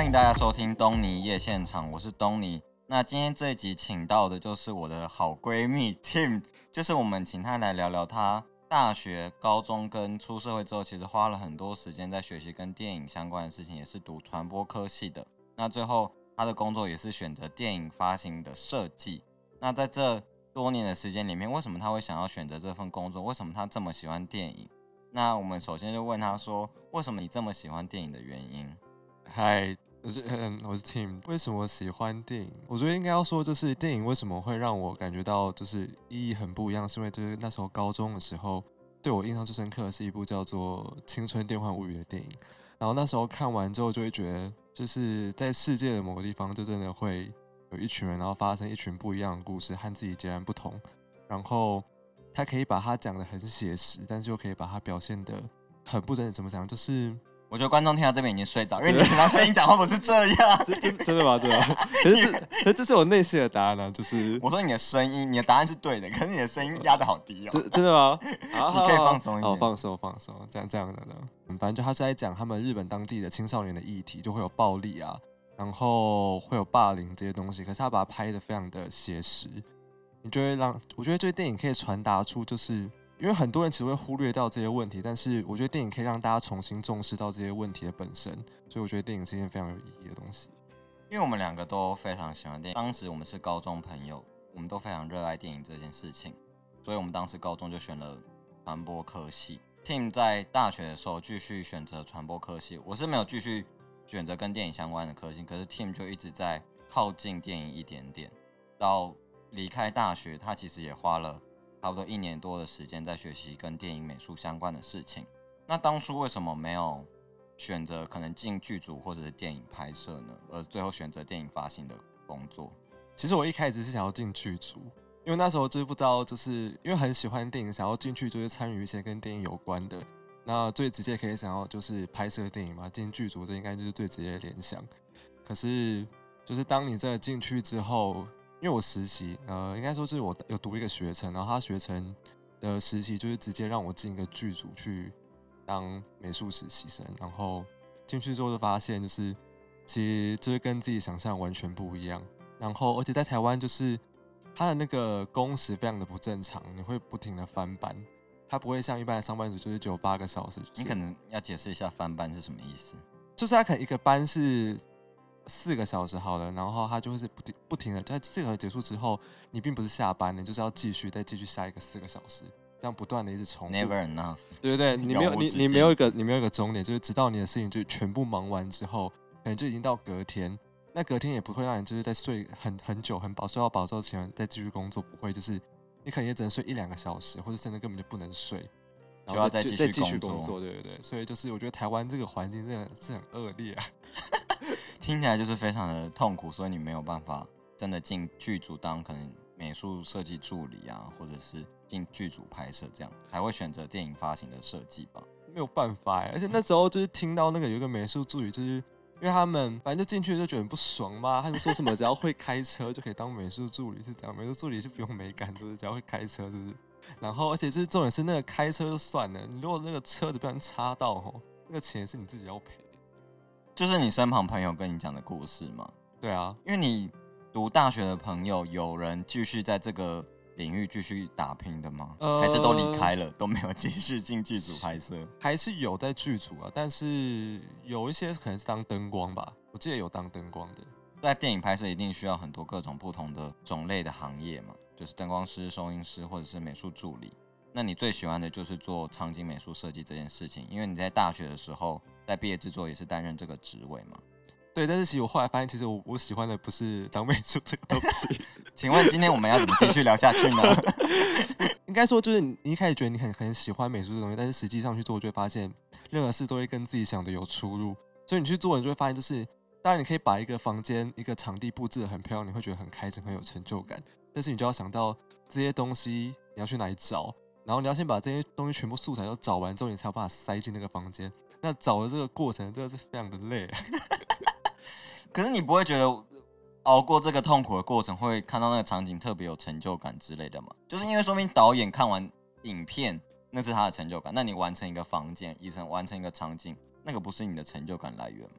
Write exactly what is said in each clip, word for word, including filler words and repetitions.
欢迎大家收听东尼夜现场，我是东尼。那今天这一集请到的就是我的好闺蜜 Tim， 就是我们请她来聊聊她大学、高中跟出社会之后，其实花了很多时间在学习跟电影相关的事情，也是读传播科系的。那最后她的工作也是选择电影发行的设计。那在这多年的时间里面，为什么她会想要选择这份工作？为什么她这么喜欢电影？那我们首先就问她说，为什么你这么喜欢电影的原因？ 嗨，我是嗯，我是 Tim。为什么我喜欢电影？我觉得应该要说，就是电影为什么会让我感觉到就是意义很不一样，是因为就是那时候高中的时候，对我印象最深刻的是一部叫做《青春电幻物语》的电影。然后那时候看完之后，就会觉得就是在世界的某个地方，就真的会有一群人，然后发生一群不一样的故事，和自己截然不同。然后他可以把它讲得很写实，但是又可以把它表现得很不真实。怎么讲？就是我觉得观众听到这边已经睡着，因为你平常声音讲话不是这样。 真真的吗？对吧？可是这可是这是我内心的答案啊，就是我说你的声音，你的答案是对的，可是你的声音压得好低哦。 真真的吗？好， 你可以放松一点。 好，放松放松，这样这样的呢。反正就他是在讲他们日本当地的青少年的议题，就会有暴力啊，然后会有霸凌这些东西，可是他把它拍得非常的写实，你就会让我觉得这个电影可以传达出就是。因为很多人其实会忽略掉这些问题，但是我觉得电影可以让大家重新重视到这些问题的本身，所以我觉得电影是一件非常有意义的东西。 因为我们两个都非常喜欢电影，当时我们是高中朋友，我们都非常热爱电影这件事情，所以我们当时高中就选了传播科系。Tim 在大学的时候继续选择传播科系，我是没有继续选择跟电影相关的科系，可是 Tim 就一直在靠近电影一点点。到离开大学，他其实也花了差不多一年多的时间在学习跟电影美术相关的事情。那当初为什么没有选择可能进剧组或者是电影拍摄呢？而最后选择电影发行的工作？ 其实我一开始是想要进剧组，因为那时候就是不知道，就是因为很喜欢电影，想要进去就是参与一些跟电影有关的。那最直接可以想要就是拍摄电影嘛，进剧组这应该就是最直接的联想。可是就是当你真的进去之后，因为我实习，呃，应该说就是我有读一个学程，然后他学程的实习就是直接让我进一个剧组去当美术实习生，然后进去之后就发现，就是其实就是跟自己想象完全不一样。然后而且在台湾，就是他的那个工时非常的不正常，你会不停的翻班，他不会像一般的上班族就是只有八个小时、就是。 你可能要解释一下翻班是什么意思？ 就是他可能一个班是四个小时好了，然后他就会是不停不停的，在这个结束之后，你并不是下班，你就是要继续再继续下一个四个小时，这样不断的一直重复。 Never enough。 对对对，你没有你你没有一个你没有一个终点，就是直到你的事情就全部忙完之后，可能就已经到隔天。那隔天也不会让你就是在睡很很久很饱，睡到饱之后前再继续工作，不会，就是你可能也只能睡一两个小时，或者甚至根本就不能睡， 然后就要再继续继续工作。对对对，所以就是我觉得台湾这个环境真的是很恶劣啊。 听起来就是非常的痛苦，所以你没有办法真的进剧组当可能美术设计助理啊，或者是进剧组拍摄，这样才会选择电影发行的设计吧。 没有办法哎，而且那时候就是听到那个有一个美术助理，就是因为他们反正就进去就觉得很不爽嘛，他们说什么只要会开车就可以当美术助理，是这样，美术助理是不用美感，就是只要会开车，是不是？然后而且就是重点是那个开车就算了，你如果那个车子被人插到吼，那个钱是你自己要赔。 就是你身旁朋友跟你讲的故事吗？ 对啊， 因为你读大学的朋友，有人继续在这个领域继续打拼的吗？呃、还是都离开了，都没有继续进剧组拍摄？ 还是有在剧组啊，但是有一些可能是当灯光吧，我记得有当灯光的。 在电影拍摄一定需要很多各种不同的种类的行业嘛，就是灯光师、收音师或者是美术助理。那你最喜欢的就是做场景美术设计这件事情，因为你在大学的时候，在毕业制作也是担任这个职位嘛。 对，但是其实我后来发现，其实 我, 我喜欢的不是当美术这个东西。 请问今天我们要怎么继续聊下去呢？ 应该说，就是你一开始觉得你很很喜欢美术这个东西，但是实际上去做，就会发现任何事都会跟自己想的有出入。所以你去做，你就会发现，就是当然你可以把一个房间、一个场地布置得很漂亮，你会觉得很开心、很有成就感。但是你就要想到这些东西你要去哪里找。然后你要先把这些东西全部素材都找完之后，你才有办法塞进那个房间。那找的这个过程真的是非常的累。 可是你不会觉得熬过这个痛苦的过程，会看到那个场景特别有成就感之类的吗？就是因为说明导演看完影片，那是他的成就感。那你完成一个房间，完成一个场景，那个不是你的成就感来源吗？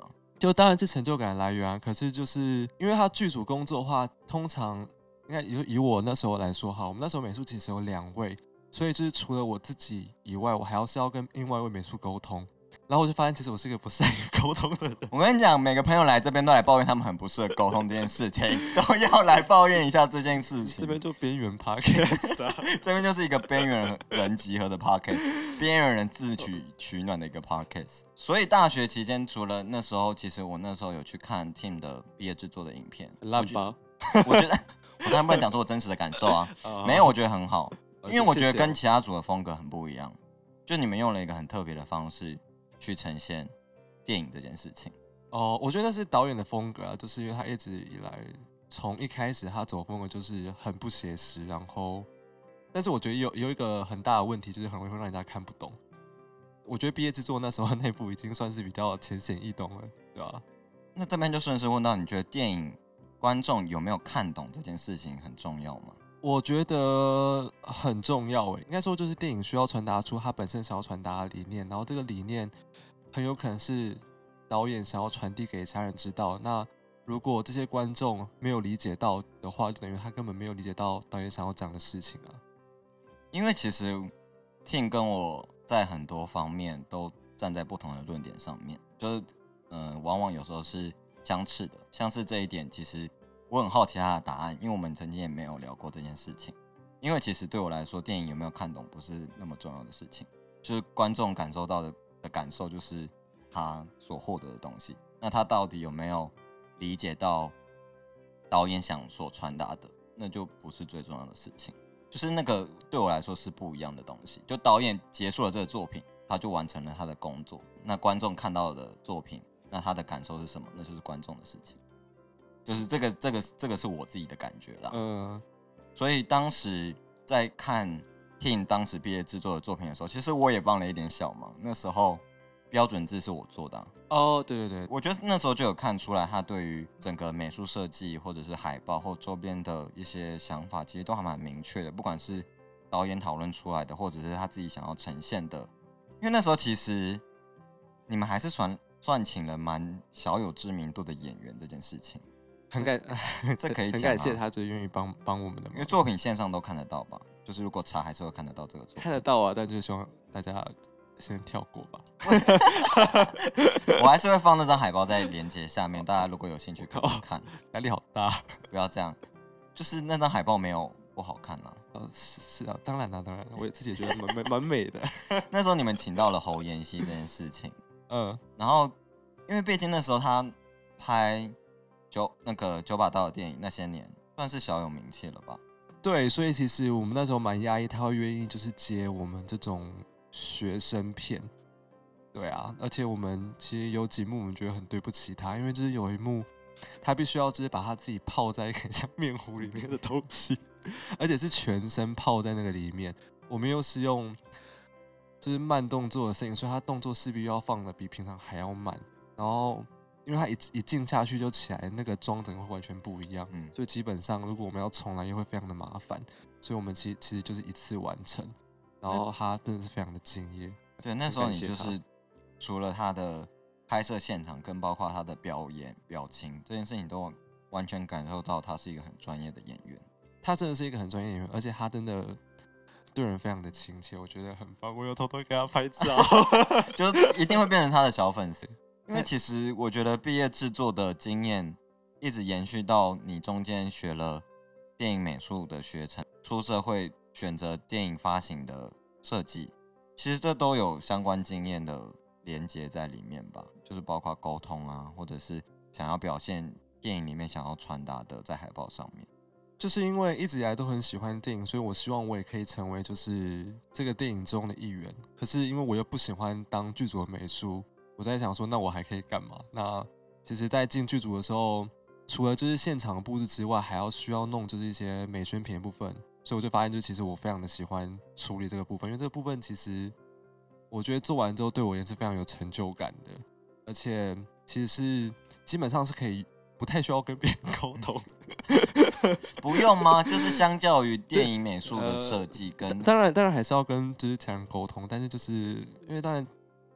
就当然是成就感的来源啊。可是就是因为他剧组工作的话，通常应该以以我那时候来说哈，我们那时候美术其实有两位，所以就是除了我自己以外，我还要是要跟另外一位美术沟通。然后我就发现，其实我是一个不善于沟通的人。 我跟你讲，每个朋友来这边都来抱怨他们很不适合沟通这件事情，都要来抱怨一下这件事情。 这边就边缘 podcast 啊， 这边就是一个边缘人集合的 podcast， 边缘人自取取暖的一个 podcast。所以大学期间，除了那时候，其实我那时候有去看 Tim 的毕业制作的影片， 烂吧？ 我觉得我当然不能讲出我真实的感受啊，没有，我觉得很好，因为我觉得跟其他组的风格很不一样，就你们用了一个很特别的方式去呈现电影这件事情。 哦，我觉得那是导演的风格啊，就是因为他一直以来从一开始他走风格就是很不写实，然后，但是我觉得有有一个很大的问题，就是很容易会让人家看不懂。我觉得毕业制作那时候那部已经算是比较浅显易懂了，对吧、啊？ 那这边就顺势问到，你觉得电影观众有没有看懂这件事情很重要吗？ 我觉得很重要诶，应该说就是电影需要传达出他本身想要传达的理念，然后这个理念很有可能是导演想要传递给其他人知道。那如果这些观众没有理解到的话，就等于他根本没有理解到导演想要讲的事情啊。 因为其实 Tim 跟我在很多方面都站在不同的论点上面，就是呃，往往有时候是相斥的。像是这一点，其实我很好奇他的答案，因为我们曾经也没有聊过这件事情。因为其实对我来说，电影有没有看懂不是那么重要的事情，就是观众感受到 的, 的感受就是他所获得的东西。那他到底有没有理解到导演想所传达的，那就不是最重要的事情。就是那个对我来说是不一样的东西。就导演结束了这个作品，他就完成了他的工作。那观众看到的作品，那他的感受是什么？那就是观众的事情。就是这个这个这个是我自己的感觉啦。 嗯， 所以当时在看 Tim 当时毕业制作的作品的时候，其实我也帮了一点小忙。那时候标准字是我做的、啊。 哦，对对对， 我觉得那时候就有看出来，他对于整个美术设计或者是海报或周边的一些想法，其实都还蛮明确的。不管是导演讨论出来的，或者是他自己想要呈现的。因为那时候其实你们还是算算请了蛮小有知名度的演员这件事情， 很感这可以讲、啊、 很感谢他，就愿意帮帮我们的忙。 因为作品线上都看得到吧，就是如果查还是会看得到这个作品。 看得到啊，但就是希望大家先跳过吧。 我还是会放那张海报在连结下面，大家如果有兴趣可以看。 压力好大， 不要这样，就是那张海报没有不好看啦。 呃，是是啊，当然啦、啊，当然，我自己也觉得蛮蛮美的。 那时候你们请到了侯妍希这件事情， 嗯， 然后因为毕竟那时候他拍九那个九把刀的电影那些年，算是小有名气了吧？ 对，所以其实我们那时候蛮压抑，他会愿意就是接我们这种学生片。对啊，而且我们其实有几幕我们觉得很对不起他，因为就是有一幕他必须要就是把他自己泡在一个像面糊里面的东西，而且是全身泡在那个里面。我们又是用就是慢动作的摄影，所以他动作势必要放的比平常还要慢。然后因为他一一静下去就起来，那个妆整个会完全不一样。嗯，所以基本上如果我们要重来，又会非常的麻烦。所以我们其实其实就是一次完成。然后他真的是非常的敬业。 对，那时候你就是除了他的拍摄现场，更包括他的表演、表情这件事情，都完全感受到他是一个很专业的演员。 他真的是一个很专业的演员，而且他真的对人非常的亲切，我觉得很棒。我有偷偷给他拍照， 就一定会变成他的小粉丝。因为其实我觉得毕业制作的经验一直延续到你中间学了电影美术的学程，出社会选择电影发行的设计，其实这都有相关经验的连结在里面吧，就是包括沟通啊，或者是想要表现电影里面想要传达的在海报上面。 就是因为一直以来都很喜欢电影，所以我希望我也可以成为就是这个电影中的一员。可是因为我又不喜欢当剧组的美术，我在想说那我还可以干嘛？那其实在进剧组的时候，除了就是现场布置之外，还要需要弄就是一些美宣品的部分，所以我就发现就是其实我非常的喜欢处理这个部分，因为这个部分其实我觉得做完之后对我也是非常有成就感的，而且其实是基本上是可以不太需要跟别人沟通。 不用吗？就是相较于电影美术的设计跟、 呃、当然当然还是要跟就是其他人沟通，但是就是因为当然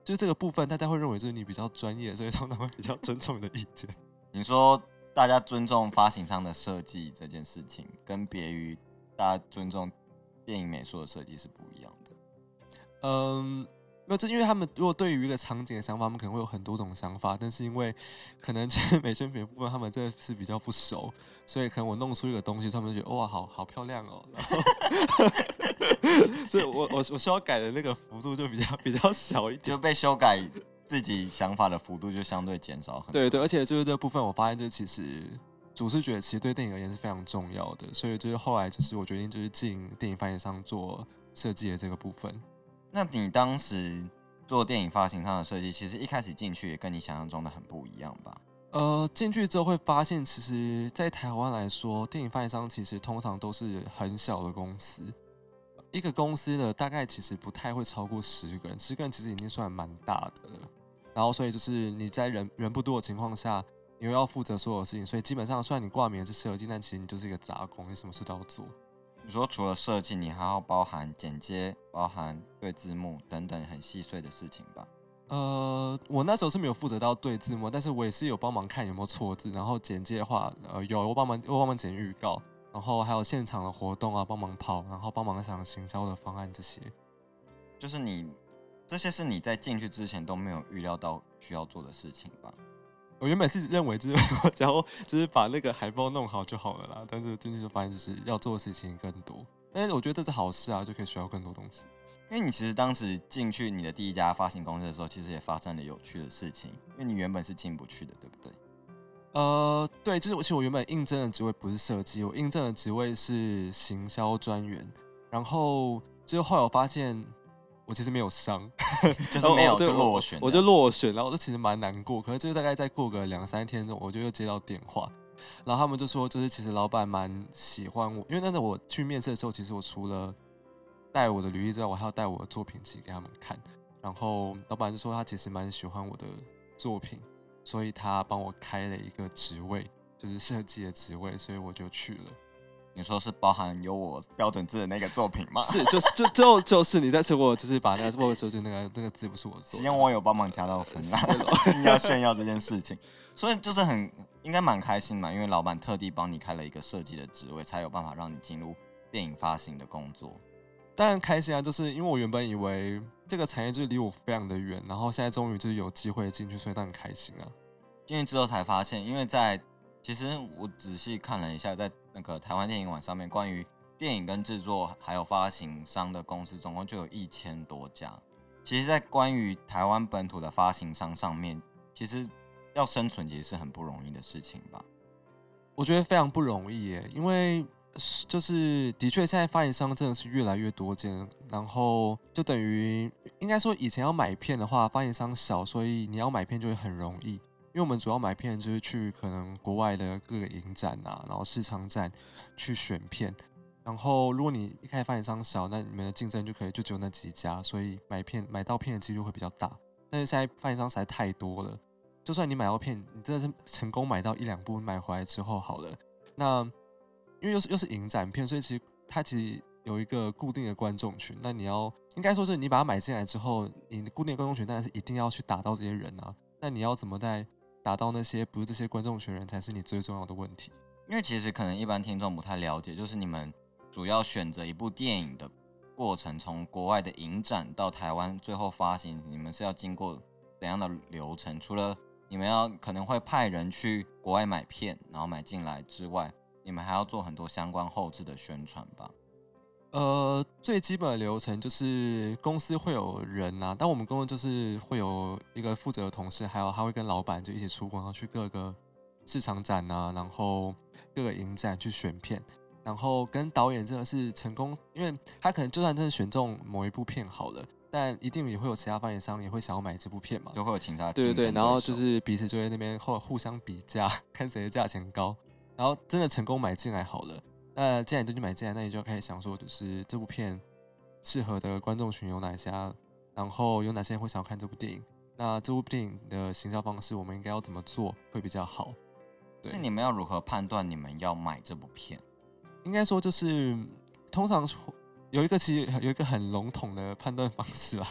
就是这个部分大家会认为就是你比较专业，所以通常会比较尊重你的意见。 你说大家尊重发行商的设计这件事情，跟别于大家尊重电影美术的设计是不一样的。 嗯。没有，就因为他们如果对于一个场景的想法，他们可能会有很多种想法，但是因为可能这美宣品的部分，他们真的是比较不熟，所以可能我弄出一个东西，他们就觉得哇，好好漂亮哦，然后所以我我我需要改的那个幅度就比较比较小一点， 就被修改自己想法的幅度就相对减少很多。 对对，而且就是这部分我发现，就是其实主视觉其实对电影而言是非常重要的，所以就是后来就是我决定就是进电影发行商做设计的这个部分。 那你当时做电影发行商的设计，其实一开始进去也跟你想象中的很不一样吧？ 呃，进去之后会发现，其实，在台湾来说，电影发行商其实通常都是很小的公司，一个公司的大概其实不太会超过十个人，十个人其实已经算蛮大的了。然后，所以就是你在人人不多的情况下，你又要负责所有事情，所以基本上虽然你挂名是设计，但其实你就是一个杂工，你什么事都要做。 你说除了设计，你还要包含剪接、包含对字幕等等很细碎的事情吧？ 呃，我那时候是没有负责到对字幕，但是我也是有帮忙看有没有错字，然后剪接的话，呃，有我帮忙我帮忙剪预告，然后还有现场的活动啊，帮忙跑，然后帮忙想行销的方案这些。 就是你这些是你在进去之前都没有预料到需要做的事情吧？ 我原本是认为就是我只要就是把那个海报弄好就好了啦，但是进去就发现就是要做的事情更多。但是我觉得这是好事啊，就可以学到更多东西。 因为你其实当时进去你的第一家发行公司的时候，其实也发生了有趣的事情，因为你原本是进不去的，对不对？ 呃，对，就是其实我原本应征的职位不是设计，我应征的职位是行销专员，然后就是后来我发现我其实没有上， 就是没有就落选我，我就落选，然后我就其实蛮难过。可是就是大概再过个两三天之后，我就又接到电话，然后他们就说，就是其实老板蛮喜欢我，因为那时候我去面试的时候，其实我除了带我的履历之外，我还要带我的作品集给他们看。然后老板就说他其实蛮喜欢我的作品，所以他帮我开了一个职位，就是设计的职位，所以我就去了。 你说是包含有我标准字的那个作品吗？ 是，就是就就就是你在说我就是把那个我说就那个那个字不是我做的， 今天我有帮忙加到分啦，硬要炫耀这件事情，所以就是很应该蛮开心嘛，因为老板特地帮你开了一个设计的职位，才有办法让你进入电影发行的工作。 当然开心啊，就是因为我原本以为这个产业就是离我非常的远，然后现在终于就是有机会进去，所以当然很开心啊。 进去之后才发现，因为在其实我仔细看了一下，在那个台湾电影网上面，关于电影跟制作还有发行商的公司，总共就有一千多家。其实，在关于台湾本土的发行商上面，其实要生存其实是很不容易的事情吧？ 我觉得非常不容易耶，因为就是的确现在发行商真的是越来越多间，然后就等于应该说以前要买片的话，发行商少，所以你要买片就会很容易。因为我们主要买片就是去可能国外的各个影展啊，然后市场展去选片。然后如果你一开始发行商少，那你们的竞争就可以就只有那几家，所以买片买到片的几率会比较大。但是现在发行商实在太多了，就算你买到片，你真的是成功买到一两部，买回来之后好了，那因为又是又是影展片，所以其实它其实有一个固定的观众群。那你要应该说是你把它买进来之后，你固定的观众群当然是一定要去打到这些人啊。那你要怎么在打到那些不是这些观众群人才是你最重要的问题。 因为其实可能一般听众不太了解，就是你们主要选择一部电影的过程，从国外的影展到台湾最后发行，你们是要经过怎样的流程？除了你们要可能会派人去国外买片，然后买进来之外，你们还要做很多相关后制的宣传吧？ 呃，最基本的流程就是公司会有人啊，但我们公司就是会有一个负责的同事，还有他会跟老板就一起出国，然后去各个市场展啊，然后各个影展去选片，然后跟导演真的是成功，因为他可能就算真的选中某一部片好了，但一定也会有其他发行商也会想要买这部片嘛， 就会有其他对对对，然后就手是彼此就在那边互互相比价，看谁的价钱高，然后真的成功买进来好了。那既然你都去买进来，那你就开始想说，就是这部片适合的观众群有哪些啊？然后有哪些人会想要看这部电影？那这部电影的行销方式，我们应该要怎么做会比较好？对， 那你们要如何判断你们要买这部片？ 应该说就是通常有一个其实有一个很笼统的判断方式啦，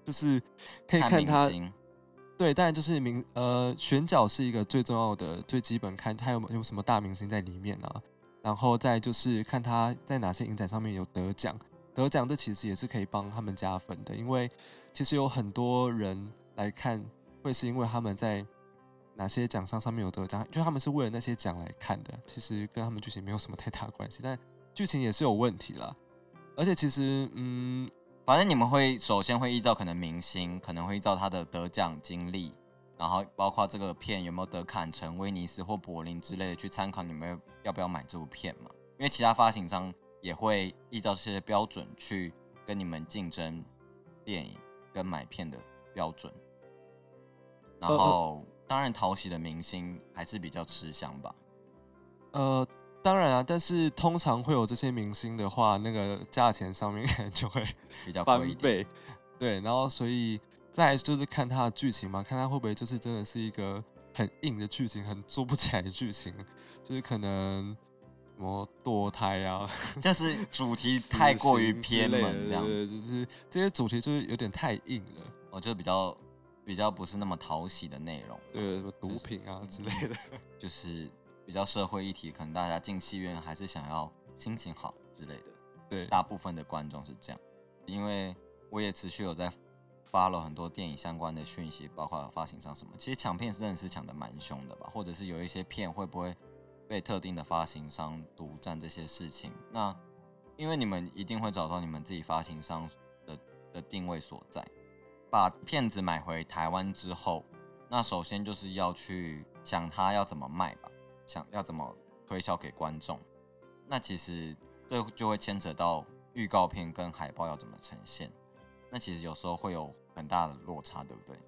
就是可以看明看他。 星。 对，当然就是明呃选角是一个最重要的最基本，看他有有什么大明星在里面啊，然后再就是看他在哪些影展上面有得奖，得奖这其实也是可以帮他们加分的，因为其实有很多人来看会是因为他们在哪些奖项上面有得奖，就他们是为了那些奖来看的，其实跟他们剧情没有什么太大关系，但剧情也是有问题啦，而且其实嗯。 反正你们会首先会依照可能明星，可能会依照他的得奖经历，然后包括这个片有没有得坎城、威尼斯或柏林之类的去参考你们要不要买这部片嘛？因为其他发行商也会依照这些标准去跟你们竞争电影跟买片的标准。然后当然讨喜的明星还是比较吃香吧。 呃。当然啊，但是通常会有这些明星的话，那个价钱上面可能就会比较翻倍，对，然后所以再来就是看它的剧情嘛，看它会不会就是真的是一个很硬的剧情，很做不起来的剧情，就是可能什么堕胎啊， 就是主题太过于偏门这样， 对，就是这些主题就是有点太硬了， 我觉得比较比较不是那么讨喜的内容， 对，什么毒品啊之类的， 就是。比较社会议题，可能大家进戏院还是想要心情好之类的。 对， 大部分的观众是这样。因为我也持续有在 follow 很多电影相关的讯息，包括发行商什么。其实抢片真的是抢得蛮凶的吧，或者是有一些片会不会被特定的发行商独占这些事情。那因为你们一定会找到你们自己发行商 的, 的定位所在。把片子买回台湾之后，那首先就是要去想它要怎么卖吧。想要怎么推销给观众，那其实这就会牵扯到预告片跟海报要怎么呈现，那其实有时候会有很大的落差，对不对？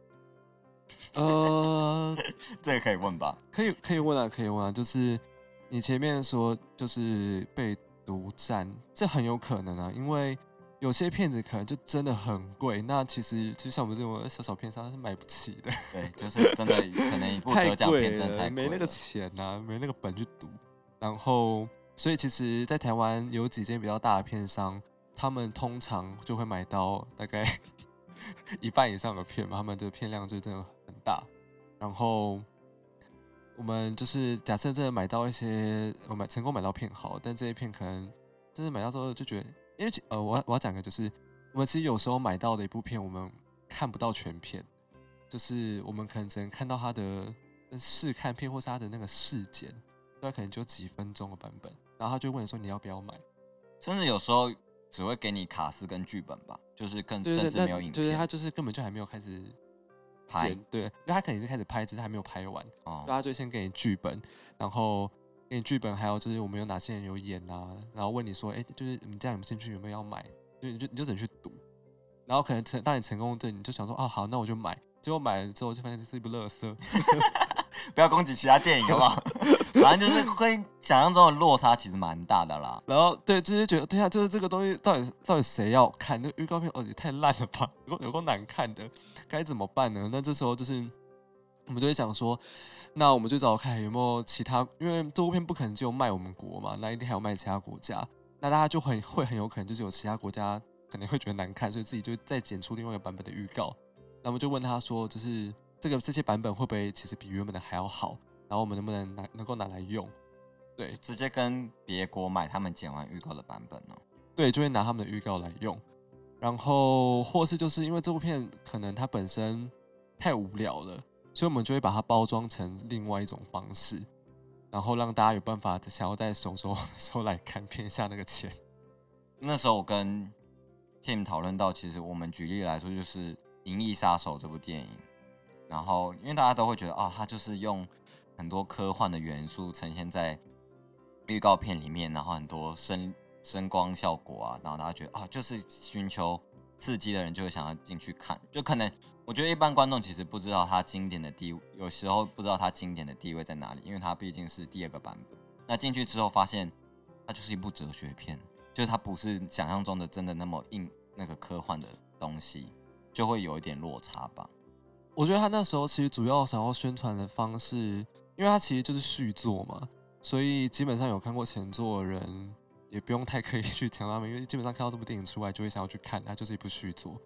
呃， 这个可以问吧？ 可以，可以问啊，可以问啊。就是你前面说就是被独占，这很有可能啊，因为有些片子可能就真的很贵，那其实就像我们这种小小片商是买不起的。 对，就是真的可能一部得奖片真的太贵了， 没那个钱啊，没那个本去赌。然后，所以其实，在台湾有几间比较大的片商，他们通常就会买到大概一半以上的片嘛，他们的片量就真的很大。然后，我们就是假设真的买到一些，我买成功买到片好，但这些片可能真的买到之后就觉得，因为呃，我我要讲的就是，我们其实有时候买到的一部片，我们看不到全片。就是我们可能只能看到他的试看片，或是他的那个试剪，大概可能就几分钟的版本，然后他就问你说你要不要买， 甚至有时候只会给你卡司跟剧本吧，就是更甚至没有影片， 就是他就是根本就还没有开始拍， 对，因为他肯定是开始拍，只是还没有拍完， 哦、 所以他就先给你剧本，然后给你剧本，还有就是我们有哪些人有演啊，然后问你说，哎、欸，就是你这样有兴趣有没有要买，就你就你就只能去赌，然后可能成当你成功的，你就想说，哦好，那我就买。结果买了之后就发现这是一部垃圾， 不要攻击其他电影好不好？反正就是跟想象中的落差其实蛮大的啦。 然后对，就是觉得对啊，就是这个东西到底到底谁要看？那预告片哦也太烂了吧，有够有够难看的，该怎么办呢？那这时候就是我们就会想说，那我们就找看有没有其他，因为这部片不可能只有卖我们国嘛，那一定还有卖其他国家，那大家就很会很有可能就是有其他国家可能会觉得难看，所以自己就再剪出另外一个版本的预告。那我们就问他说，就是这个这些版本会不会其实比原本的还要好？然后我们能不能拿能够拿来用？对， 直接跟别国买他们剪完预告的版本哦。 对，就会拿他们的预告来用。然后或是就是因为这部片可能它本身太无聊了，所以我们就会把它包装成另外一种方式，然后让大家有办法想要在首周的时候来看，骗下那个钱。 那时候我跟 Tim 讨论到，其实我们举例来说，就是《银翼杀手》这部电影，然后因为大家都会觉得啊、哦，它就是用很多科幻的元素呈现在预告片里面，然后很多声声光效果啊，然后大家觉得啊、哦，就是寻求刺激的人就会想要进去看，就可能我觉得一般观众其实不知道它经典的地位，有时候不知道它经典的地位在哪里，因为它毕竟是第二个版本。那进去之后发现，它就是一部哲学片，就是它不是想象中的真的那么硬那个科幻的东西，就会有一点落差吧。 我觉得他那时候其实主要想要宣传的方式，因为他其实就是续作嘛，所以基本上有看过前作的人也不用太刻意去强他们，因为基本上看到这部电影出来就会想要去看，它就是一部续作。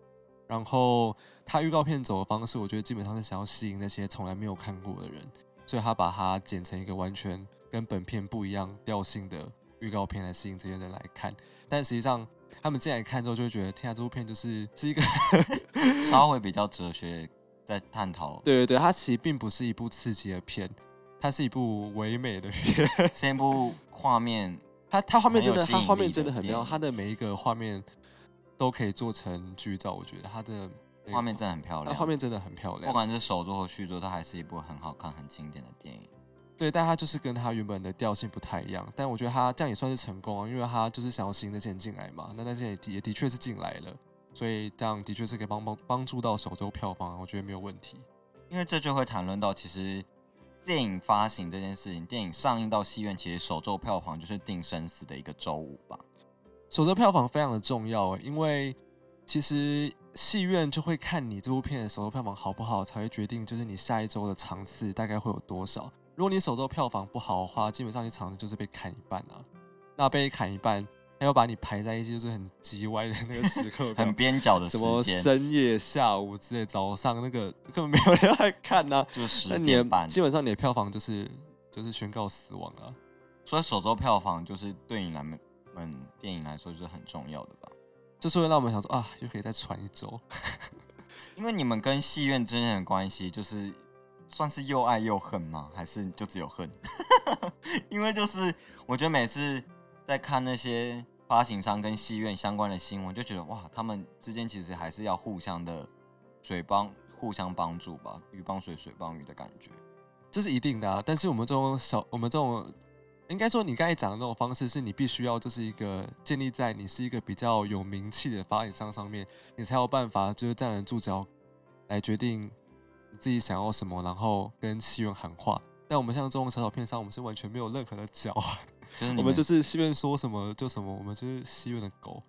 然后他预告片走的方式，我觉得基本上是想要吸引那些从来没有看过的人，所以他把它剪成一个完全跟本片不一样调性的预告片来吸引这些人来看。但实际上他们进来看之后就会觉得，天啊，这部片就是是一个稍微比较哲学在探讨。 对对对，它其实并不是一部刺激的片，它是一部唯美的片， 是一部画面， 它它画面真的， 它画面真的很妙，它的每一个画面都可以做成剧照，我觉得它的画面真的很漂亮， 画面真的很漂亮， 不管是手作或续作，它还是一部很好看、很经典的电影。 对，但它就是跟它原本的调性不太一样，但我觉得它这样也算是成功啊，因为它就是想要吸引那些人进来嘛，那那些人也的确是进来了，所以这样的确是可以帮帮帮助到首周票房，我觉得没有问题。 因为这就会谈论到，其实电影发行这件事情，电影上映到戏院，其实首周票房就是定生死的一个周五吧。 首周票房非常的重要，因为其实戏院就会看你这部片的首周票房好不好，才会决定就是你下一周的场次大概会有多少。如果你首周票房不好的话，基本上你场次就是被砍一半啊。那被砍一半，他要把你排在一些就是很叽歪的那个时刻， 很边角的时间， 什么深夜、下午之类，早上那个根本没有人来看啊， 就十点半， 基本上你的票房就是就是宣告死亡啊。 所以首周票房就是对你来们电影来说就是很重要的吧。 就是会让我们想说啊，又可以再喘一周。 因为你们跟戏院之间的关系，就是算是又爱又恨吗？还是就只有恨？因为就是我觉得每次在看那些发行商跟戏院相关的新闻，就觉得哇，他们之间其实还是要互相的水帮互相帮助吧，鱼帮水，水帮鱼的感觉， 这是一定的啊。但是我们这种小，我们这种。应该说，你刚才讲的那种方式，是你必须要就是一个建立在你是一个比较有名气的发行商上面，你才有办法就是站得住脚，来决定你自己想要什么，然后跟戏院喊话。但我们像这种小小片商，我们是完全没有任何的脚， 就是我们就是戏院说什么就什么，我们就是戏院的狗。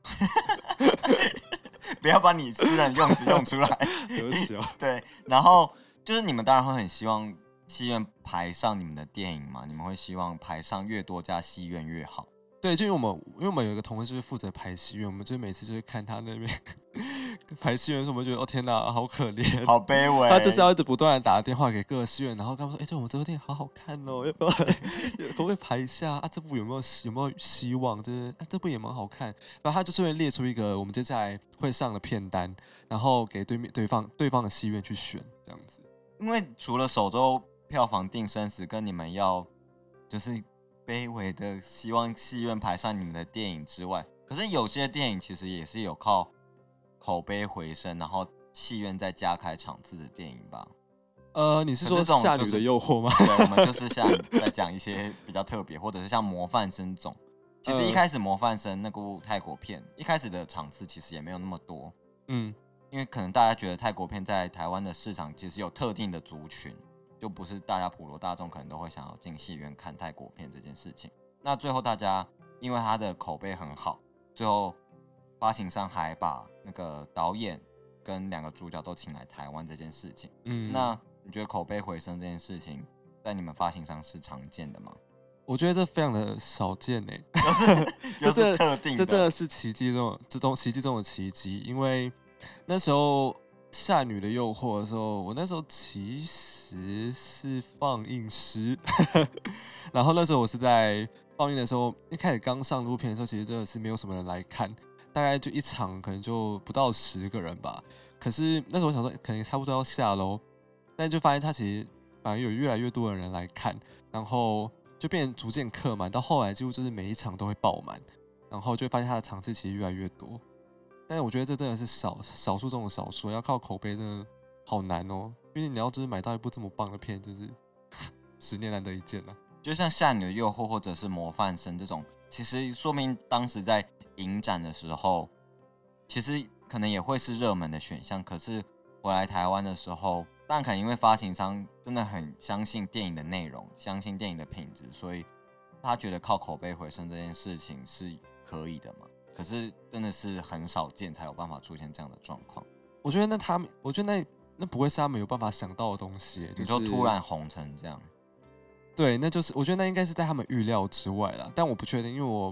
不要把你私人用词用出来， 对不起哦。 对，然后就是你们当然会很希望戏院排上你们的电影嘛？你们会希望排上越多家戏院越好。 对，就因为我们，因为我们有一个同事就是负责排戏院，我们就每次就是看他那边排戏院的时候，我们觉得哦天哪，好可怜， 好卑微。 他就是要一直不断的打电话给各个戏院，然后跟他们说：“哎、欸，对我们这部电影好好看哦，要不要可不可以排一下啊？这部有没有有没有希望？就是、啊、这部也蛮好看。”然后他就是会列出一个我们接下来会上的片单，然后给对面对方对方的戏院去选这样子。 因为除了首周票房定生死，跟你们要就是卑微的希望戏院排上你们的电影之外，可是有些电影其实也是有靠口碑回升，然后戏院再加开场次的电影吧。 呃，你是说《夏女的诱惑》吗？ 对，我们就是像在讲一些比较特别，或者是像《模范生》这种。其实一开始《模范生》那部泰国片，一开始的场次其实也没有那么多， 嗯， 因为可能大家觉得泰国片在台湾的市场其实有特定的族群。就不是大家普罗大众可能都会想要进戏院看泰国片这件事情。那最后大家因为他的口碑很好，最后发行商还把那个导演跟两个主角都请来台湾这件事情。嗯，那你觉得口碑回升这件事情在你们发行商是常见的吗？ 我觉得这非常的少见呢、欸， 就是就是特定的， 这真的是奇迹中这种奇迹中的奇迹，因为那时候。夏女的诱惑的时候，我那时候其实是放映师，然后那时候我是在放映的时候，一开始刚上录片的时候，其实真的是没有什么人来看，大概就一场可能就不到十个人吧。可是那时候我想说，可能差不多要下喽，但就发现它其实反而有越来越多的人来看，然后就变成逐渐客满，到后来几乎就是每一场都会爆满，然后就会发现它的场次其实越来越多。但是我觉得这真的是少少数中的少数，要靠口碑真的好难哦。毕竟你要就是买到一部这么棒的片，就是十年难得一见啊。 就像《夏女的诱惑》或者是《模范生》这种，其实说明当时在影展的时候，其实可能也会是热门的选项。可是回来台湾的时候，当然可能因为发行商真的很相信电影的内容，相信电影的品质，所以他觉得靠口碑回升这件事情是可以的嘛。可是真的是很少见才有办法出现这样的状况。 我觉得那他们，我觉得那那不会是他们有办法想到的东西、欸，就是你说突然红成这样。 对，那就是我觉得那应该是在他们预料之外啦，但我不确定，因为我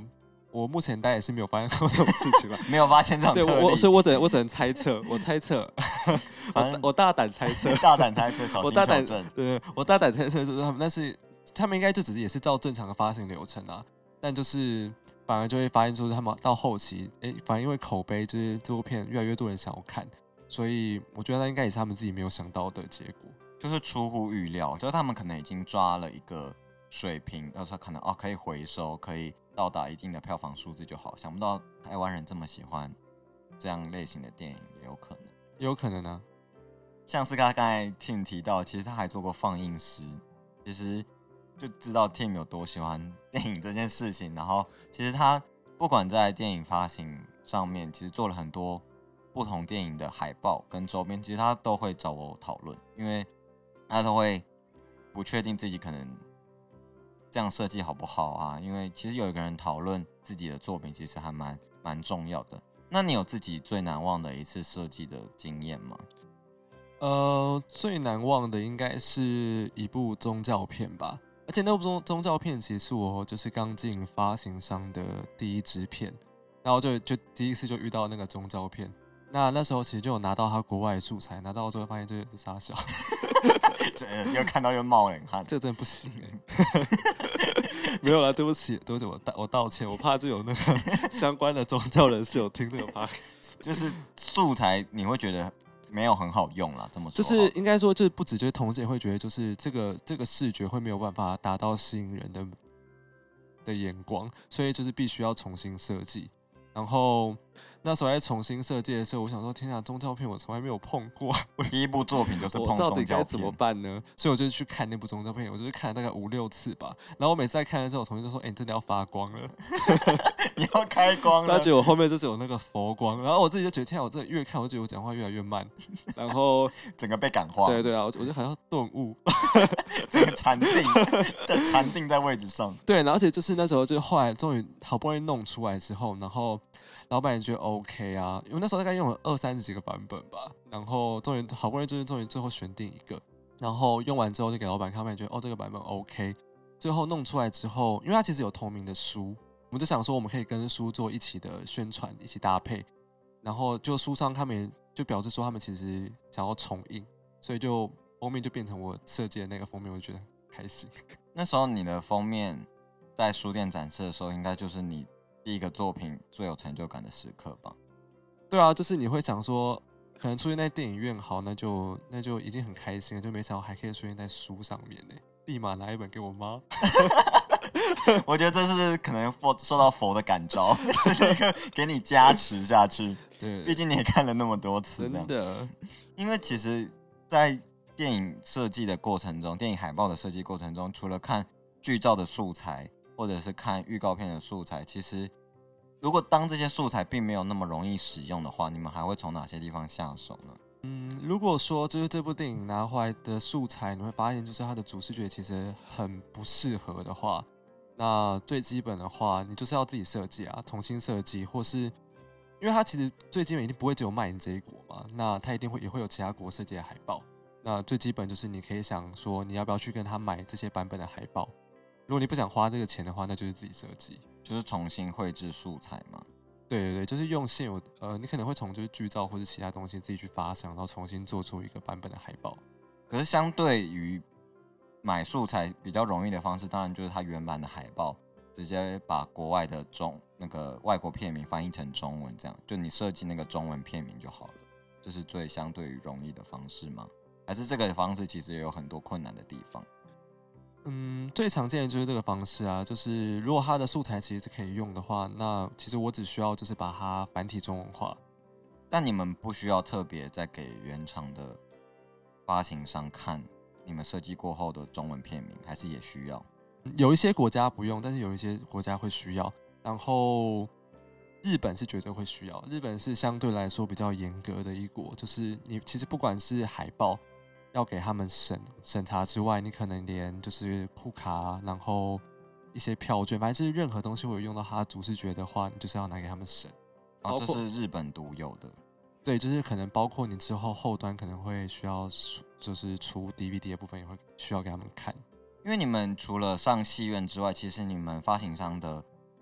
我目前大家也是没有发现过这种事情了， 没有发现这种特例。 对，我所以我只能我只能猜测，我猜测，我我大胆猜测， 大胆猜测，小心求证。 对，我大胆猜测就是他们，但是他们应该就只是也是照正常的发行流程啊，但就是反而就会发现，就是他们到后期，哎，反而因为口碑，就是这部片越来越多人想要看，所以我觉得那应该也是他们自己没有想到的结果， 就是出乎预料，就是他们可能已经抓了一个水平，然后说可能哦可以回收，可以到达一定的票房数字就好，想不到台湾人这么喜欢这样类型的电影，也有可能， 也有可能啊。 像是他刚才 Tim 提到，其实他还做过放映师，其实就知道 Tim 有多喜欢电影这件事情。然后其实他不管在电影发行上面，其实做了很多不同电影的海报跟周边，其实他都会找我讨论，因为他都会不确定自己可能这样设计好不好啊？因为其实有一个人讨论自己的作品，其实还蛮蛮重要的。那你有自己最难忘的一次设计的经验吗？ 呃，最难忘的应该是一部宗教片吧，而且那部宗宗教片其实是我就是刚进发行商的第一支片，然后就就第一次就遇到那个宗教片。那那时候其实就有拿到他国外的素材，拿到之后发现这是傻小， 又看到又冒冷汗， 这真的不行哎、欸。没有啦，对不起，对不起，我道我道歉，我怕就有那个相关的宗教人士有听这个 podcast， 就是素材你会觉得没有很好用啦，这么说就是应该说，就是不止，就是同事也会觉得，就是这个这个视觉会没有办法达到吸引人的的眼光，所以就是必须要重新设计。然后那时候在重新设计的时候，我想说，天啊，宗教片我从来没有碰过， 第一部作品就是碰我到底宗教片， 该怎么办呢？所以我就去看那部宗教片，我就是看了大概五六次吧。然后我每次在看的时候，我同事就说：“哎、欸，你真的要发光了。” 你要开光了。 那结果后面就是有那个佛光，然后我自己就觉得，天啊，我这越看我就觉得我讲话越来越慢，然后整个被感化。 对对啊，我就好像顿悟， 整个禅定，在禅定在位置上。 对，而且就是那时候就后来终于好不容易弄出来之后，然后老板也觉得 OK 啊，因为那时候大概用了二三十几个版本吧，然后终于好不容易就是终于最后选定一个，然后用完之后就给老板看，老板也觉得哦这个版本 OK， 最后弄出来之后，因为它其实有同名的书。我们就想说，我们可以跟书做一起的宣传，一起搭配。然后就书上他们就表示说，他们其实想要重印，所以就封面就变成我设计的那个封面，我就觉得很开心。 那时候你的封面在书店展示的时候，应该就是你第一个作品最有成就感的时刻吧？ 对啊，就是你会想说，可能出现在电影院好，那就那就已经很开心了，就没想到还可以出现在书上面呢，立马拿一本给我妈。 我觉得这是可能佛受到佛的感召，这是一个给你加持下去。 对， 毕竟你也看了那么多次， 真的。 因为其实，在电影设计的过程中，电影海报的设计过程中，除了看剧照的素材，或者是看预告片的素材，其实如果当这些素材并没有那么容易使用的话，你们还会从哪些地方下手呢？ 嗯，如果说就是这部电影拿回来的素材，你会发现就是它的主视觉其实很不适合的话，那最基本的话，你就是要自己设计啊，重新设计，或是因为它其实最基本一定不会只有卖你这一国嘛，那它一定会也会有其他国设计的海报。那最基本就是你可以想说，你要不要去跟他买这些版本的海报？如果你不想花这个钱的话，那就是自己设计， 就是重新绘制素材嘛。 对对对，就是用现有呃，你可能会从就是剧照或者其他东西自己去发想，然后重新做出一个版本的海报。 可是相对于买素材比较容易的方式，当然就是它原版的海报直接把国外的中那个外国片名翻译成中文，这样就你设计那个中文片名就好了，这是最相对于容易的方式吗？还是这个方式其实也有很多困难的地方？ 嗯，最常见的就是这个方式啊，就是如果它的素材其实是可以用的话，那其实我只需要就是把它繁体中文化。 但你们不需要特别再给原厂的发行商看你们设计过后的中文片名，还是也需要？ 有一些国家不用，但是有一些国家会需要。然后日本是绝对会需要，日本是相对来说比较严格的一国，就是你其实不管是海报要给他们审审查之外，你可能连就是库卡，然后一些票券，反正就是任何东西会有用到它的主视觉的话，你就是要拿给他们审。 哦，这是日本独有的。 对，就是可能包括你之后后端可能会需要，就是出 D V D 的部分也会需要给他们看。 因为你们除了上戏院之外，其实你们发行商的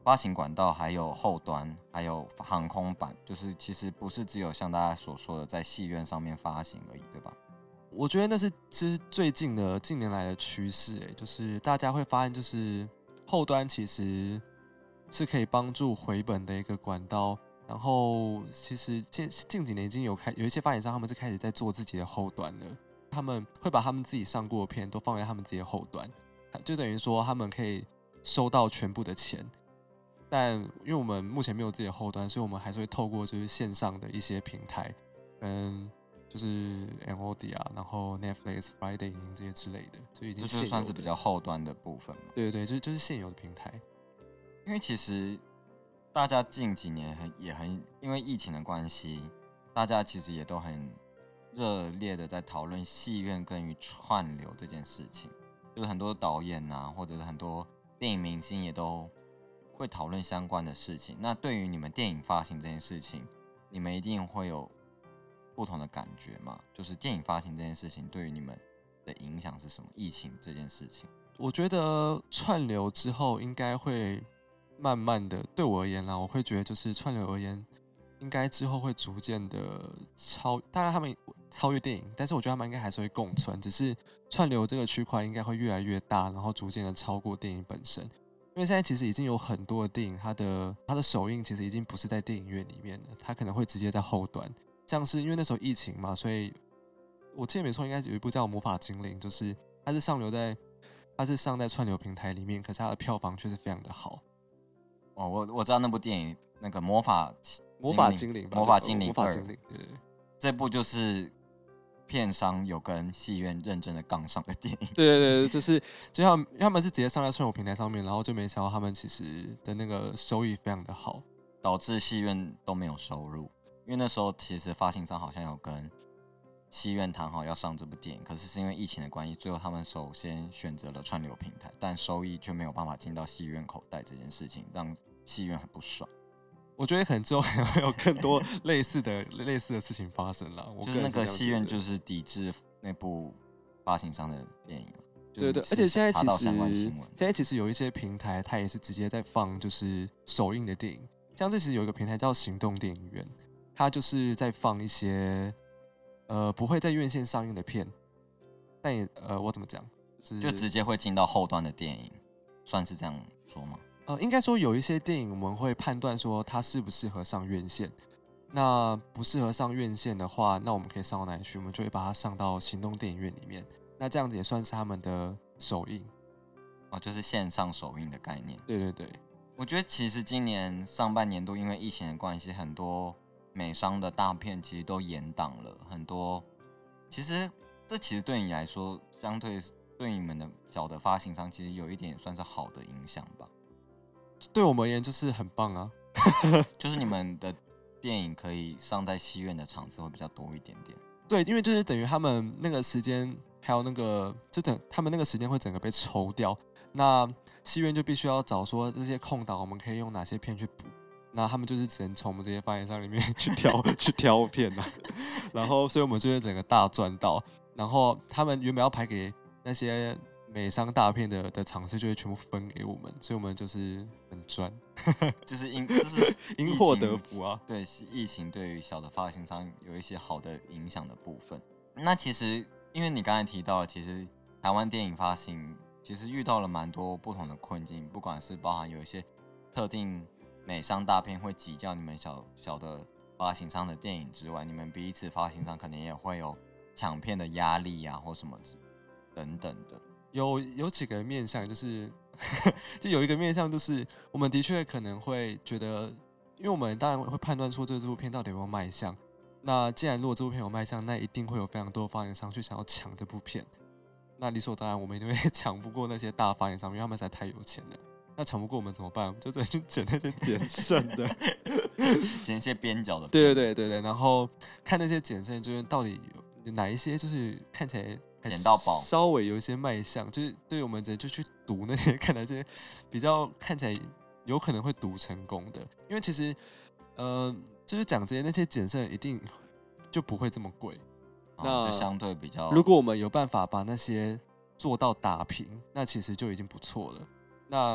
发行管道还有后端，还有航空版，就是其实不是只有像大家所说的在戏院上面发行而已，对吧？ 我觉得那是其实最近的近年来的趋势，哎，就是大家会发现，就是后端其实是可以帮助回本的一个管道。然后其实近近几年已经有开有一些发行商，他们是开始在做自己的后端了。他们会把他们自己上过的片都放在他们自己的后端，就等于说他们可以收到全部的钱。但因为我们目前没有自己的后端，所以我们还是会透过就是线上的一些平台，嗯。就是 M O D 啊，然后 Netflix、Friday 影音这些之类的，所以已经这就算是比较后端的部分嘛。 对对对，就是就是现有的平台。 因为其实大家近几年很也很因为疫情的关系，大家其实也都很热烈的在讨论戏院跟于串流这件事情，就是很多导演啊，或者是很多电影明星也都会讨论相关的事情。那对于你们电影发行这件事情，你们一定会有不同的感觉嘛？就是电影发行这件事情对于你们的影响是什么？疫情这件事情， 我觉得串流之后应该会慢慢的，对我而言啦，我会觉得就是串流而言，应该之后会逐渐的超，当然他们超越电影，但是我觉得他们应该还是会共存，只是串流这个区块应该会越来越大，然后逐渐的超过电影本身。因为现在其实已经有很多的电影，它的它的首映其实已经不是在电影院里面了，它可能会直接在后端。像是因为那时候疫情嘛，所以我记得没错，应该有一部叫《魔法精灵》，就是它是上流在，它是上在串流平台里面，可是它的票房却是非常的好。 哦，我我知道那部电影，那个魔法魔法精灵， 魔法精灵， 魔法精灵，对对， 这部就是片商有跟戏院认真的杠上的电影。 对对对，就是就像他们是直接上在串流平台上面，然后就没想到他们其实的那个收益非常的好， 导致戏院都没有收入。因为那时候其实发行商好像有跟戏院谈好要上这部电影，可是是因为疫情的关系，最后他们首先选择了串流平台，但收益却没有办法进到戏院口袋，这件事情让戏院很不爽。 我觉得可能之后可能会有更多类似的类似的事情发生了。 就是那个戏院就是抵制那部发行商的电影， 对对，而且现在其实现在其实有一些平台，它也是直接在放就是首映的电影，像这其实有一个平台叫行动电影院。它就是在放一些呃不会在院线上映的片，但也呃我怎么讲， 就是就直接会进到后端的电影，算是这样说吗？ 呃，应该说有一些电影我们会判断说它适不适合上院线，那不适合上院线的话，那我们可以上到哪里去？我们就会把它上到行动电影院里面，那这样子也算是他们的首映。 哦，就是线上首映的概念。 对对对， 我觉得其实今年上半年度因为疫情的关系，很多美商的大片其实都延档了很多。其实这其实对你来说，相对对你们的小的发行商，其实有一点也算是好的影响吧。 对我们而言就是很棒啊， 就是你们的电影可以上在戏院的场次会比较多一点点。 对，因为就是等于他们那个时间，还有那个就整他们那个时间会整个被抽掉，那戏院就必须要找说这些空档我们可以用哪些片去补。那他们就是只能从我们这些发行商里面去挑去挑片啊，然后所以我们就会整个大赚到，然后他们原本要排给那些美商大片的的场次就会全部分给我们，所以我们就是很赚， 就是因就是因祸得福啊。 对，疫情对于小的发行商有一些好的影响的部分。那其实因为你刚才提到，其实台湾电影发行其实遇到了蛮多不同的困境，不管是包含有一些特定美商大片会挤掉你们小小的发行商的电影之外，你们彼此发行商可能也会有抢片的压力啊，或什么等等的。 有有几个面向，就是就有一个面向，就是我们的确可能会觉得，因为我们当然会判断出这部片到底有没有卖相。那既然如果这部片有卖相，那一定会有非常多的发行商去想要抢这部片。那理所当然，我们一定会抢不过那些大发行商，因为他们实在太有钱了。那抢不过我们怎么办？我们就只能去捡那些捡剩的， 捡一些边角的。 对对对对对，然后看那些捡剩，就是到底有哪一些就是看起来捡到宝， 稍微有一些卖相，就是对我们直接就去赌那些看来这些比较看起来有可能会赌成功的，因为其实呃，就是讲这些那些捡剩一定就不会这么贵， 哦、那就相对比较。 如果我们有办法把那些做到打平，那其实就已经不错了。那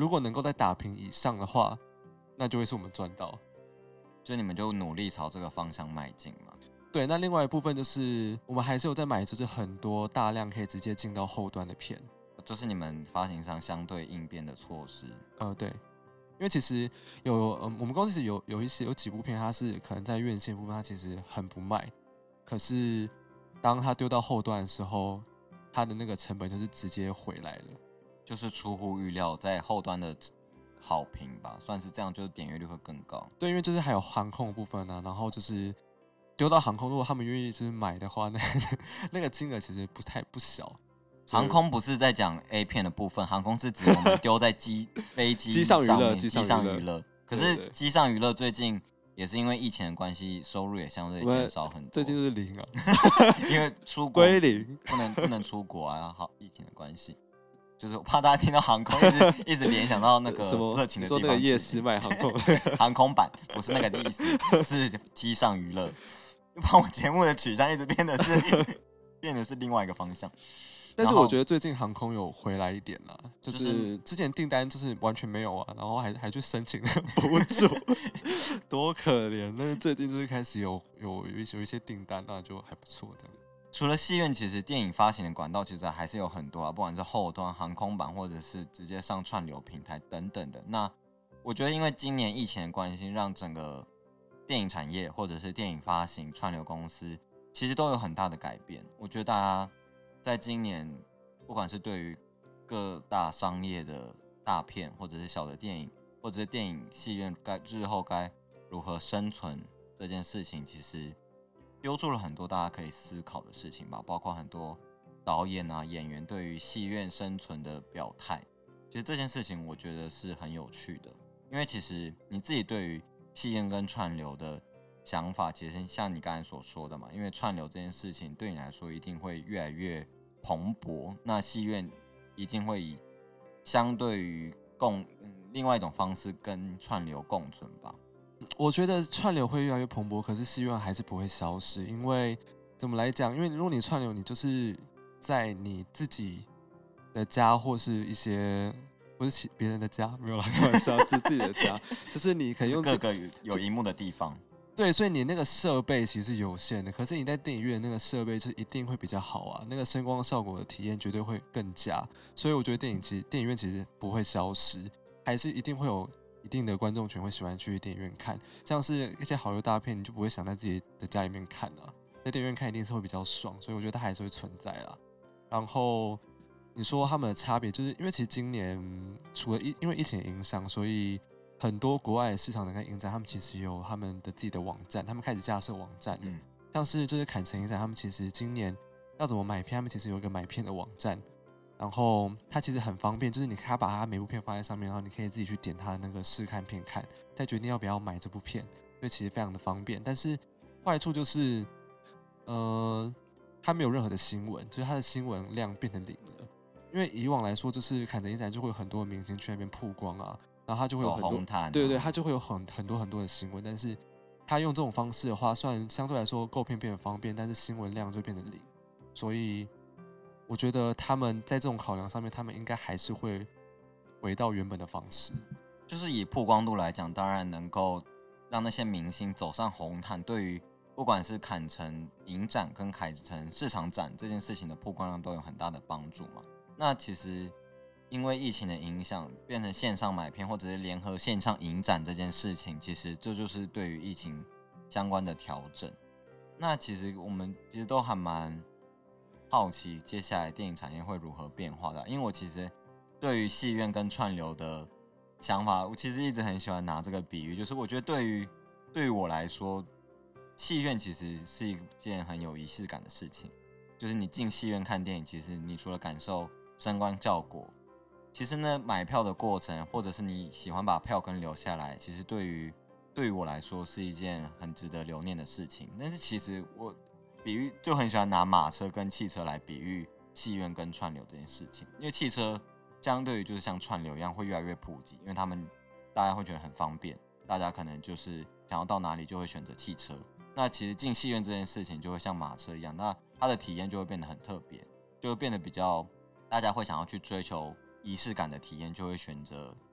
如果能够在打平以上的话，那就会是我们赚到。 就你们就努力朝这个方向迈进嘛。 对，那另外一部分就是我们还是有在买，就是很多大量可以直接进到后端的片， 就是你们发行商相对应变的措施。 呃，对，因为其实有，嗯，我们公司其实有有一些有几部片，它是可能在院线部分它其实很不卖，可是当它丢到后端的时候，它的那个成本就是直接回来了， 就是出乎预料，在后端的好评吧，算是这样，就是点阅率会更高。 对，因为就是还有航空的部分啊，然后就是丢到航空，如果他们愿意就是买的话，那那个金额其实不太不小。 航空不是在讲 A 片的部分，航空是指我们丢在机飞机上面， 机上娱乐。可是机上娱乐最近也是因为疫情的关系，收入也相对减少很多。 最近是零啊， 因为出国归零， 不能不能出国啊，好，疫情的关系。就是我怕大家听到航空一直一直联想到那个色情的地方去。 说那个夜市卖航空， 航空版不是那个意思，是机上娱乐。把我节目的取向一直变得是变得是另外一个方向。 但是我觉得最近航空有回来一点啦，就是之前订单就是完全没有啊，然后还还去申请了补助，多可怜。但是最近就是开始有有有一些有一些订单，那就还不错的。 除了戏院，其实电影发行的管道其实还是有很多啊，不管是后端、航空版，或者是直接上串流平台等等的。那我觉得，因为今年疫情的关系，让整个电影产业或者是电影发行串流公司，其实都有很大的改变。我觉得大家在今年，不管是对于各大商业的大片，或者是小的电影，或者是电影戏院该日后该如何生存这件事情，其实丢出了很多大家可以思考的事情吧，包括很多导演啊、演员对于戏院生存的表态。其实这件事情我觉得是很有趣的，因为其实你自己对于戏院跟串流的想法，其实像你刚才所说的嘛，因为串流这件事情对你来说一定会越来越蓬勃，那戏院一定会以相对于共、嗯、另外一种方式跟串流共存吧。 我觉得串流会越来越蓬勃，可是戏院还是不会消失。因为怎么来讲？因为如果你串流，你就是在你自己的家或是一些不是别人的家，没有啦，开玩笑，是自己的家，就是你可以用各个有萤幕的地方。 对，所以你那个设备其实是有限的，可是你在电影院那个设备是一定会比较好啊，那个声光效果的体验绝对会更佳。所以我觉得电影其实电影院其实不会消失，还是一定会有一定的观众群会喜欢去电影院看，像是一些好莱坞大片，你就不会想在自己的家里面看啊，在电影院看一定是会比较爽，所以我觉得它还是会存在啦。然后你说他们的差别，就是因为其实今年除了因为疫情影响，所以很多国外的市场的影展，他们其实有他们的自己的网站，他们开始架设网站了。嗯，像是就是坎城影展，他们其实今年要怎么买片，他们其实有一个买片的网站。然后它其实很方便，就是你可以把它每部片放在上面，然后你可以自己去点它的那个试看片看，再决定要不要买这部片，所以其实非常的方便。但是坏处就是，呃，它没有任何的新闻，就是它的新闻量变成零了。因为以往来说，就是坎城影展就会有很多明星去那边曝光啊，然后它就会有很多， 啊、 对对，它就会有很很多很多的新闻。但是它用这种方式的话，虽然相对来说购片变得方便，但是新闻量就变得零，所以。我觉得他们在这种考量上面，他们应该还是会回到原本的方式。 就是以曝光度来讲，当然能够让那些明星走上红毯，对于不管是坎城影展跟坎城市场展这件事情的曝光量都有很大的帮助嘛。那其实因为疫情的影响，变成线上买片或者是联合线上影展这件事情，其实这就是对于疫情相关的调整。那其实我们其实都还蛮好奇接下来电影产业会如何变化的，因为我其实对于戏院跟串流的想法，我其实一直很喜欢拿这个比喻，就是我觉得对于对于我来说，戏院其实是一件很有仪式感的事情。就是你进戏院看电影，其实你除了感受声光效果，其实呢买票的过程，或者是你喜欢把票根留下来，其实对于对于我来说是一件很值得留念的事情。但是其实我比喻就很喜欢拿马车跟汽车来比喻戏院跟串流这件事情，因为汽车相对于就是像串流一样会越来越普及，因为他们大家会觉得很方便，大家可能就是想要到哪里就会选择汽车。那其实进戏院这件事情就会像马车一样，那它的体验就会变得很特别，就会变得比较大家会想要去追求仪式感的体验，就会选择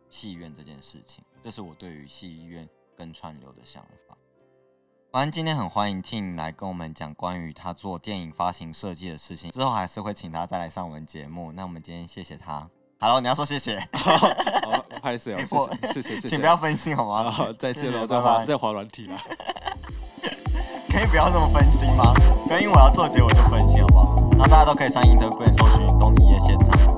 戏院这件事情。这是我对于戏院跟串流的想法。反正今天很欢迎 Tim 来跟我们讲关于他做电影发行设计的事情，之后还是会请他再来上我们节目。那我们今天谢谢他。Hello， 你要说谢谢。 好，不好意思哦，谢谢谢谢谢谢， 请不要分心好吗？ 好，再见喽，再滑再滑软体啦。 可以不要这么分心吗？不要因为我要做结我就分心好不好？然后大家都可以上 Instagram 搜寻东尼夜现场。